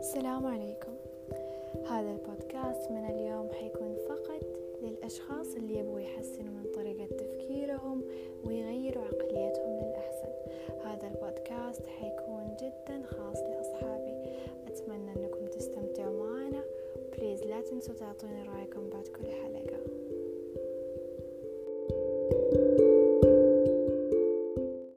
السلام عليكم. هذا البودكاست من اليوم حيكون فقط للأشخاص اللي يبغوا يحسنوا من طريقة تفكيرهم ويغيروا عقليتهم للأحسن. هذا البودكاست حيكون جدا خاص لأصحابي. أتمنى أنكم تستمتعوا معنا. بليز لا تنسوا تعطوني رأيكم بعد كل حلقة.